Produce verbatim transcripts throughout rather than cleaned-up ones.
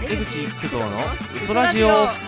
江口工藤のウソラジオ。 はい、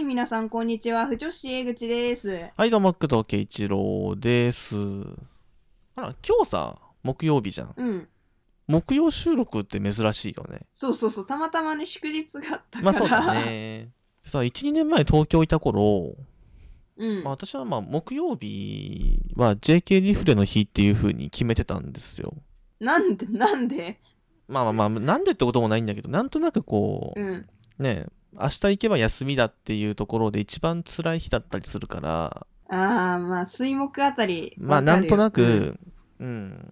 皆さんこんにちは。不女子江口です。 はい、どうも工藤圭一郎です。あら、今日さ木曜日じゃん。 うん。 木曜収録って珍しいよね。 そうそうそう、たまたまね祝日があったから。 まあそうだね。さあいち、にねんまえ東京いた頃、 うん。 まあ、私はまあ木曜日は ジェーケー リフレの日っていう風に決めてたんですよ。 なんでなんでまあまあまあなんでってこともないんだけど、なんとなくこう、 うん、 ね、明日行けば休みだっていうところで一番辛い日だったりするから、 ああ、まあ水木あたりまあなんとなく、 うん、 うん、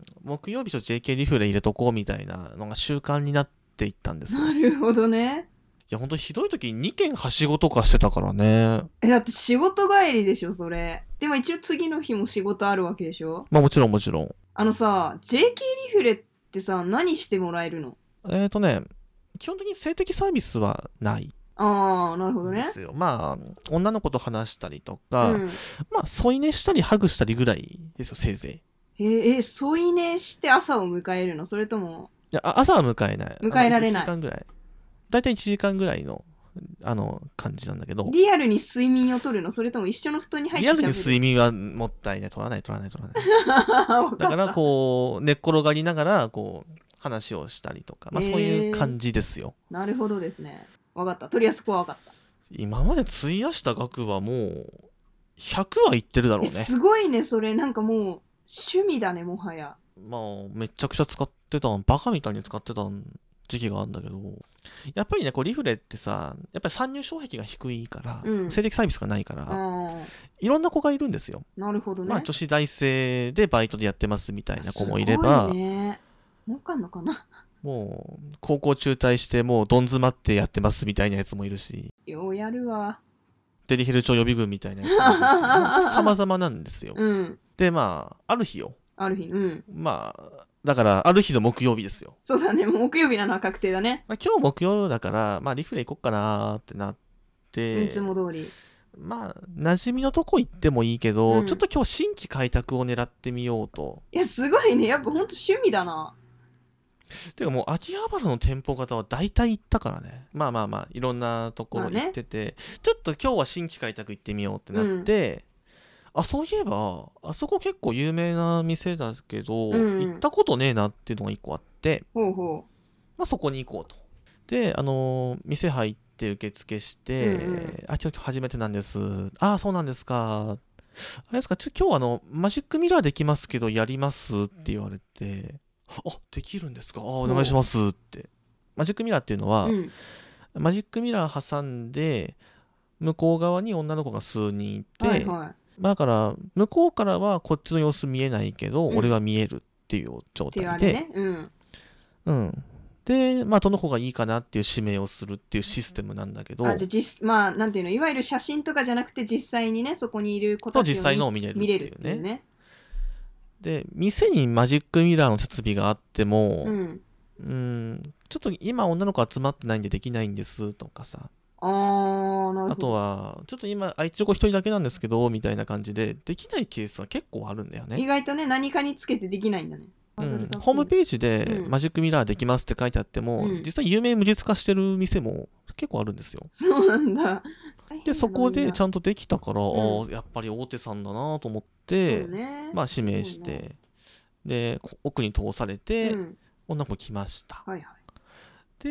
木曜日と ジェーケー リフレ入れとこうみたいなのが習慣になっていったんですよ。 なるほどね。 いやほんとひどい時ににけんはしごとかしてたからね。 え、だって仕事帰りでしょそれ。でも一応次の日も仕事あるわけでしょ。 まあもちろんもちろん。 あのさ ジェーケー リフレってさ何してもらえるの？ えーとね基本的に性的サービスはないああ、なるほどね。 ですよ。まあ女の子と話したりとか、 うん、 まあ添い寝したりハグしたりぐらいですよせいぜい。 えー、え添い寝して朝を迎えるの？それともいや朝は迎えない。 迎えられない。 いちじかんぐらい。だいたいいちじかんぐらいのあの感じなんだけど。 リアルに睡眠をとるの？それとも一緒の布団に入ってリアルに睡眠はもったいない。取らない取らない取らない。だからこう寝っ転がりながらこう話をしたりとか、まあそういう感じですよ。 えー、なるほどですね。分かった。とりあえずそこは分かった。 今まで費やした額はもうひゃくはいってるだろうね。 すごいねそれ。なんかもう趣味だねもはや。 まあめちゃくちゃ使ってたバカみたいに使ってた時期があるんだけど、やっぱりねこうリフレってさやっぱり参入障壁が低いから、うん、性的サービスがないからいろんな子がいるんですよ。 なるほどね。 まあ女子大生でバイトでやってますみたいな子もいれば、 すごいね。儲かんのかな。 もう高校中退してもうどん詰まってやってますみたいなやつもいるし、 ようやるわ。 デリヘル町予備軍みたいなやつもいるし様々なんですよ、 うん、でまあある日よある日、うん、 まあだからある日の木曜日ですよ。 そうだね、木曜日なのは確定だね。 まあ、今日木曜だからまあリフレ行こっかなーってなって、 いつも通りまあ馴染みのとこ行ってもいいけど、うん、ちょっと今日新規開拓を狙ってみようと。 いやすごいね、やっぱほんと趣味だな。 てかもう秋葉原の店舗型は大体行ったからね。まあまあまあいろんなところ行ってて、まあね、ちょっと今日は新規開拓行ってみようってなって、うん、あそういえばあそこ結構有名な店だけど、うん、行ったことねえなっていうのが一個あって、 ほうほう、まあ、そこに行こうと。であのー、店入って受付して、うんうん、あちょっと初めてなんです。あそうなんですか。あれですか、ちょ今日あのマジックミラーできますけどやりますって言われて、あできるんですか、あお願いしますって。マジックミラーっていうのは、うん、マジックミラー挟んで向こう側に女の子が数人いて、はいはい、だから向こうからはこっちの様子見えないけど、うん、俺は見えるっていう状態で、ね、うん、うん、でまあどの子がいいかなっていう指名をするっていうシステムなんだけど、 あじゃあ実まあなんていうの、いわゆる写真とかじゃなくて実際にねそこにいる子たちを実際のを見れるっていうね。 見れるっていうね。 で店にマジックミラーの設備があっても、うん、うんちょっと今女の子集まってないんでできないんですとかさ、 あーなるほど。 あとはちょっと今空いてる子一人だけなんですけどみたいな感じでできないケースは結構あるんだよね。 意外とね何かにつけてできないんだね。 うん、ホームページでマジックミラーできますって書いてあっても、うん、実際有名無実化してる店も結構あるんですよ。 そうなんだ。 でそこでちゃんとできたから、うん、あやっぱり大手さんだなと思って、ね、まあ指名して、ね、で奥に通されて、うん、女の子来ました、はいはい、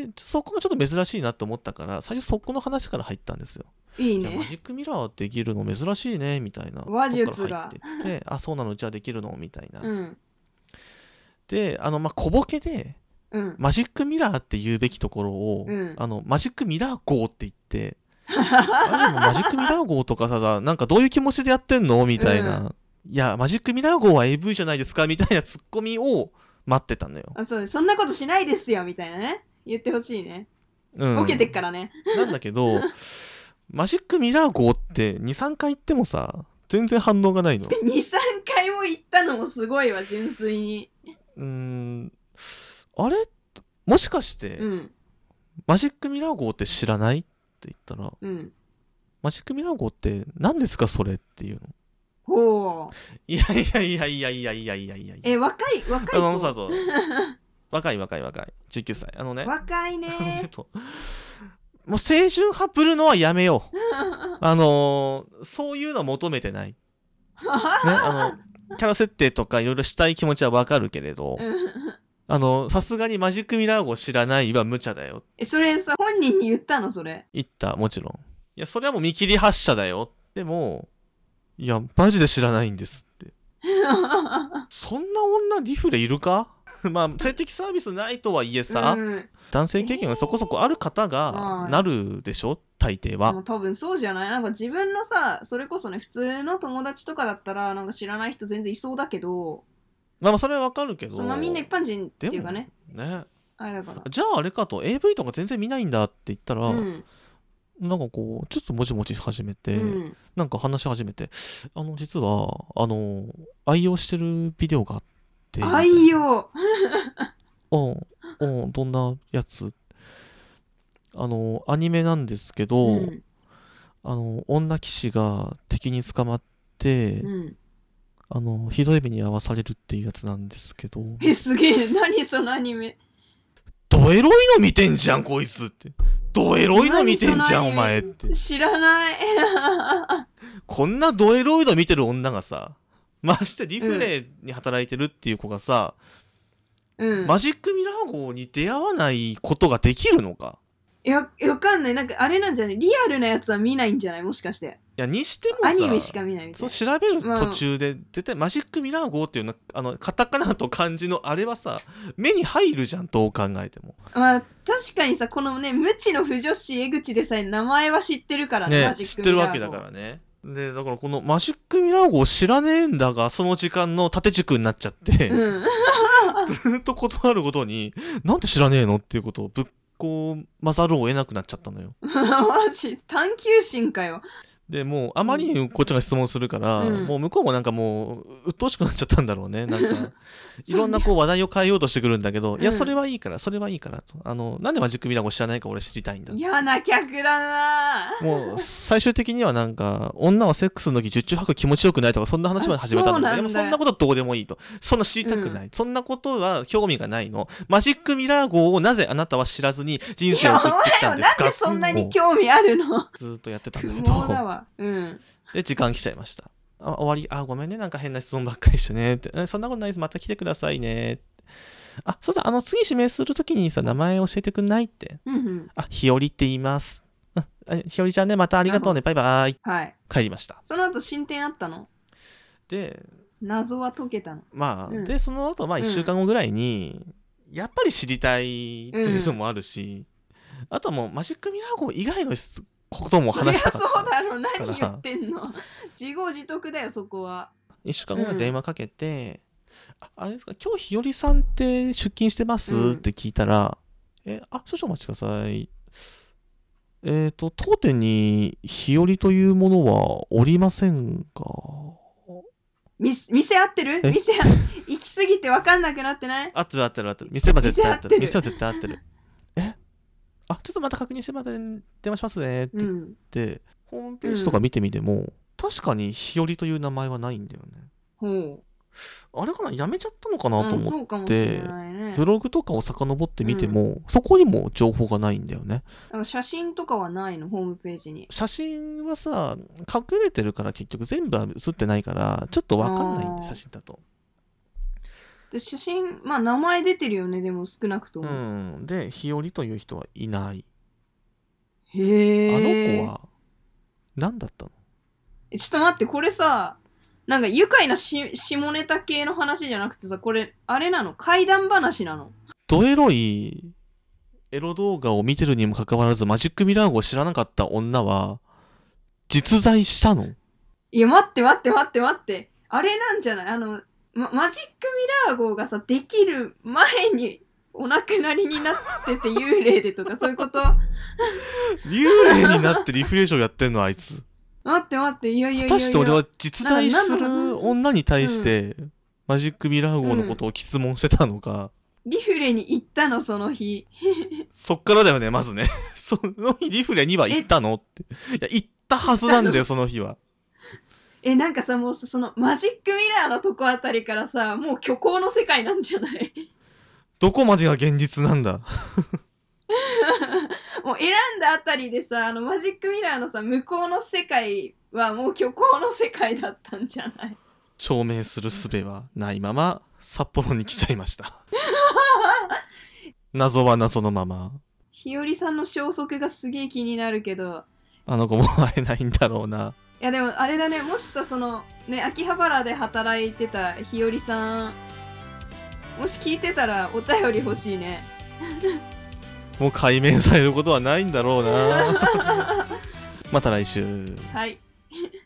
でそこがちょっと珍しいなと思ったから最初そこの話から入ったんですよ。 いいね、 いマジックミラーできるの珍しいねみたいな話術が入ってってあそうなのじゃあできるのみたいな、うん、であのまあ小ボケで、うん、マジックミラーって言うべきところを、うん、あのマジックミラー号って言ってあでもマジックミラー号とかさなんかどういう気持ちでやってんのみたいな、うん、いやマジックミラー号は エーブイ じゃないですかみたいなツッコミを待ってたのよ。 あそうそんなことしないですよみたいなね言ってほしいね、うん、ボケてっからねなんだけどマジックミラー号って にさんかい言ってもさ全然反応がないの。 にさんかいも言ったのもすごいわ純粋に。 うーんあれもしかして、うん、マジックミラー号って知らないって言ったら、うん、マジックミラー号って何ですかそれっていうの。 ほう。 いやいやいやいやいやいやいやいやえ若い若い子あのさと若い若い若いじゅうきゅうさいあのね若いねもう青春派ぶるのはやめようあのー、そういうの求めてない、ね、あのキャラ設定とかいろいろしたい気持ちはわかるけれどあのさすがにマジックミラー号知らないは無茶だよ。 えそれさ本人に言ったのそれ。 言ったもちろん。いやそれはもう見切り発車だよ。でもいやマジで知らないんですってそんな女リフレいるかまあ性的サービスないとはいえさ、うん、男性経験がそこそこある方がなるでしょ、えー、大抵は。 多分そうじゃない。なんか自分のさそれこそね普通の友達とかだったらなんか知らない人全然いそうだけど、 まあまあそれはわかるけど、 そんなみんな一般人っていうかね。 ね。 あれだから。 じゃああれかと エーブイ とか全然見ないんだって言ったら、うん、なんかこうちょっともちもち始めて、うん、なんか話し始めて、あの実はあの愛用してるビデオがあって。 愛用。 うんうんどんなやつ？あのアニメなんですけど、うん、あの女騎士が敵に捕まって。うんあのひどい目に遭わされるっていうやつなんですけど。 えすげえ何そのアニメ。 ドエロいの見てんじゃんこいつって。ドエロいの見てんじゃんお前って。 知らないこんなドエロいの見てる女がさましてリフレに働いてるっていう子がさ、うん、マジックミラー号に出会わないことができるのか。 いやわかんない。なんかあれなんじゃない。リアルなやつは見ないんじゃないもしかして。 いやにしてもさアニメしか見ないみたいな。 そう調べる途中で、まあ、絶対マジックミラー号っていうのあのカタカナと漢字のあれはさ目に入るじゃんどう考えても。 まあ確かにさこのね無知の不女子江口でさえ名前は知ってるからね。 ねマジックミラー号知ってるわけだからね。でだからこのマジックミラー号知らねえんだがその時間の縦軸になっちゃって、うん、ずっと断るごとになんで知らねえのっていうことをぶっこまざるを得なくなっちゃったのよマジ探求心かよ。 でもうあまりにこっちが質問するから、うん、もう向こうもなんかもう鬱陶しくなっちゃったんだろうね。なんかいろんなこう話題を変えようとしてくるんだけど、うん、いやそれはいいからそれはいいからとあのなんでマジックミラー号知らないか俺知りたいんだ。 嫌な客だな。 もう最終的にはなんか女はセックスの時十中八九気持ちよくないとかそんな話まで始めたんだけど、でもそんなことどうでもいいと。そんな知りたくない、うん、そんなことは興味がないの。マジックミラー号をなぜあなたは知らずに人生を送ってきたんですか。 なんでそんなに興味あるの。 ずっとやってたんだけどもうだわ、うんで時間来ちゃいました。あ終わり。あごめんねなんか変な質問ばっかりしてねってそんなことないですまた来てくださいね。あそうだあの次指名するときにさ名前教えてくんないって、うんうん、あひよりって言います、うん、ひよりちゃんねまたありがとうねバイバイ、はい、帰りました。 その後進展あったの？ で謎は解けたの？ まあ、うん、でその後まあいっしゅうかんごぐらいに、うん、やっぱり知りたいっていうのもあるし、うん、あとはもうマジックミラー号以外のことも話したかった。 そりゃそうだろう何言ってんの自業自得だよそこは。 いっしゅうかんごぐらい電話かけて、うん、あ, あれですか今日ひよりさんって出勤してます、うん、って聞いたらえあ少々お待ちくださいえっ、ー、と当店にひよりというものはおりませんか。 み店合ってる？店行き過ぎて分かんなくなってない？ 合ってる合ってる合ってる店は絶対合ってる店は絶対合ってるえあちょっとまた確認してまた電話しますねって言って、うん、ホームページとか見てみても、うん、確かにひよりという名前はないんだよね。ほうあれかなやめちゃったのかなと思って、ね、ブログとかを遡ってみても、うん、そこにも情報がないんだよね。 写真とかはないのホームページに。 写真はさ隠れてるから結局全部は写ってないからちょっと分かんないんで写真だと。 で写真まあ名前出てるよねでも少なくとも。 うんでひよりという人はいない。 へえ。あの子は何だったの？ えちょっと待ってこれさなんか愉快なし下ネタ系の話じゃなくてさこれあれなの怪談話なの？ ドエロいエロ動画を見てるにもかかわらずマジックミラー号を知らなかった女は実在したの？ いや待って待って待って待ってあれなんじゃないあの、ま、マジックミラー号がさできる前にお亡くなりになってて幽霊でとかそういうこと？ 幽霊になってリフレーションやってんのあいつ。 待って待っていやいやいやいや果たして俺は実在する女に対して、うん、マジックミラー号のことを質問してたのか、 うん、リフレに行ったのその日そっからだよねまずねその日リフレには行ったのっていや行ったはずなんだよその日は。 えなんかさもうそのマジックミラーのとこあたりからさもう虚構の世界なんじゃない？ どこまでが現実なんだ。 もう選んだあたりでさ、あのマジックミラーのさ向こうの世界はもう虚構の世界だったんじゃない？ 証明する術はないまま札幌に来ちゃいました。謎は謎のまま。 ひよりさんの消息がすげえ気になるけど、 あの子も会えないんだろうな。 いやでもあれだね、もしさ、そのね、秋葉原で働いてたひよりさん、もし聞いてたらお便り欲しいね。 もう解明されることはないんだろうな。また来週。 はい。